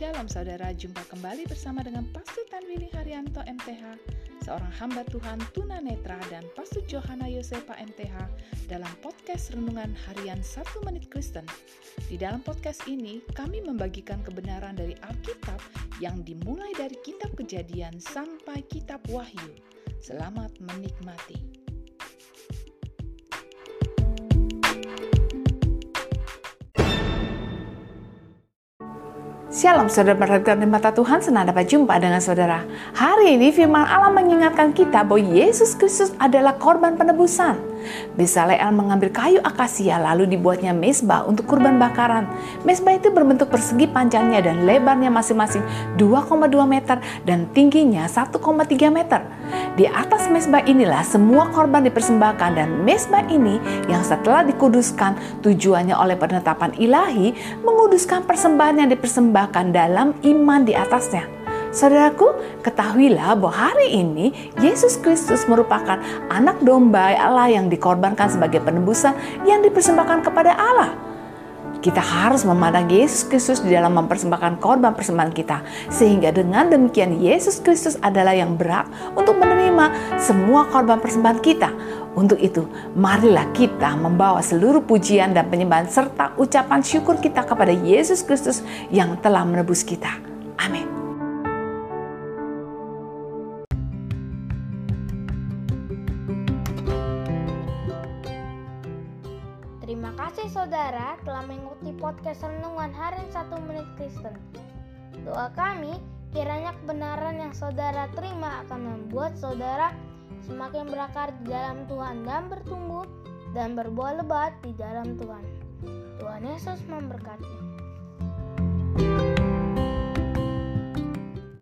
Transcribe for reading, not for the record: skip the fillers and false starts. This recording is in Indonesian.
Shalom saudara, jumpa kembali bersama dengan Pastor Tanwili Haryanto MTH, seorang hamba Tuhan tunanetra, dan Pastor Johana Yosepa MTH dalam podcast Renungan Harian 1 Menit Kristen. Di dalam podcast ini, kami membagikan kebenaran dari Alkitab yang dimulai dari Kitab Kejadian sampai Kitab Wahyu. Selamat menikmati. Shalom saudara berharga di mata Tuhan, senang dapat jumpa dengan saudara. Hari ini firman Allah mengingatkan kita bahwa Yesus Kristus adalah korban penebusan. Bezaleel mengambil kayu akasia lalu dibuatnya mezbah untuk kurban bakaran. Mezbah itu berbentuk persegi, panjangnya dan lebarnya masing-masing 2,2 meter dan tingginya 1,3 meter. Di atas mezbah inilah semua korban dipersembahkan, dan mezbah ini yang setelah dikuduskan tujuannya oleh penetapan ilahi menguduskan persembahan yang dipersembahkan dalam iman di atasnya. Saudaraku, ketahuilah bahwa hari ini Yesus Kristus merupakan anak domba Allah yang dikorbankan sebagai penebusan yang dipersembahkan kepada Allah. Kita harus memandang Yesus Kristus di dalam mempersembahkan korban persembahan kita, sehingga dengan demikian Yesus Kristus adalah yang berhak untuk menerima semua korban persembahan kita. Untuk itu, marilah kita membawa seluruh pujian dan penyembahan serta ucapan syukur kita kepada Yesus Kristus yang telah menebus kita. Amin. Terima kasih saudara telah mengikuti podcast Renungan Harian 1 Menit Kristen. Doa kami, kiranya kebenaran yang saudara terima akan membuat saudara semakin berakar di dalam Tuhan dan bertumbuh dan berbuah lebat di dalam Tuhan. Tuhan Yesus memberkati.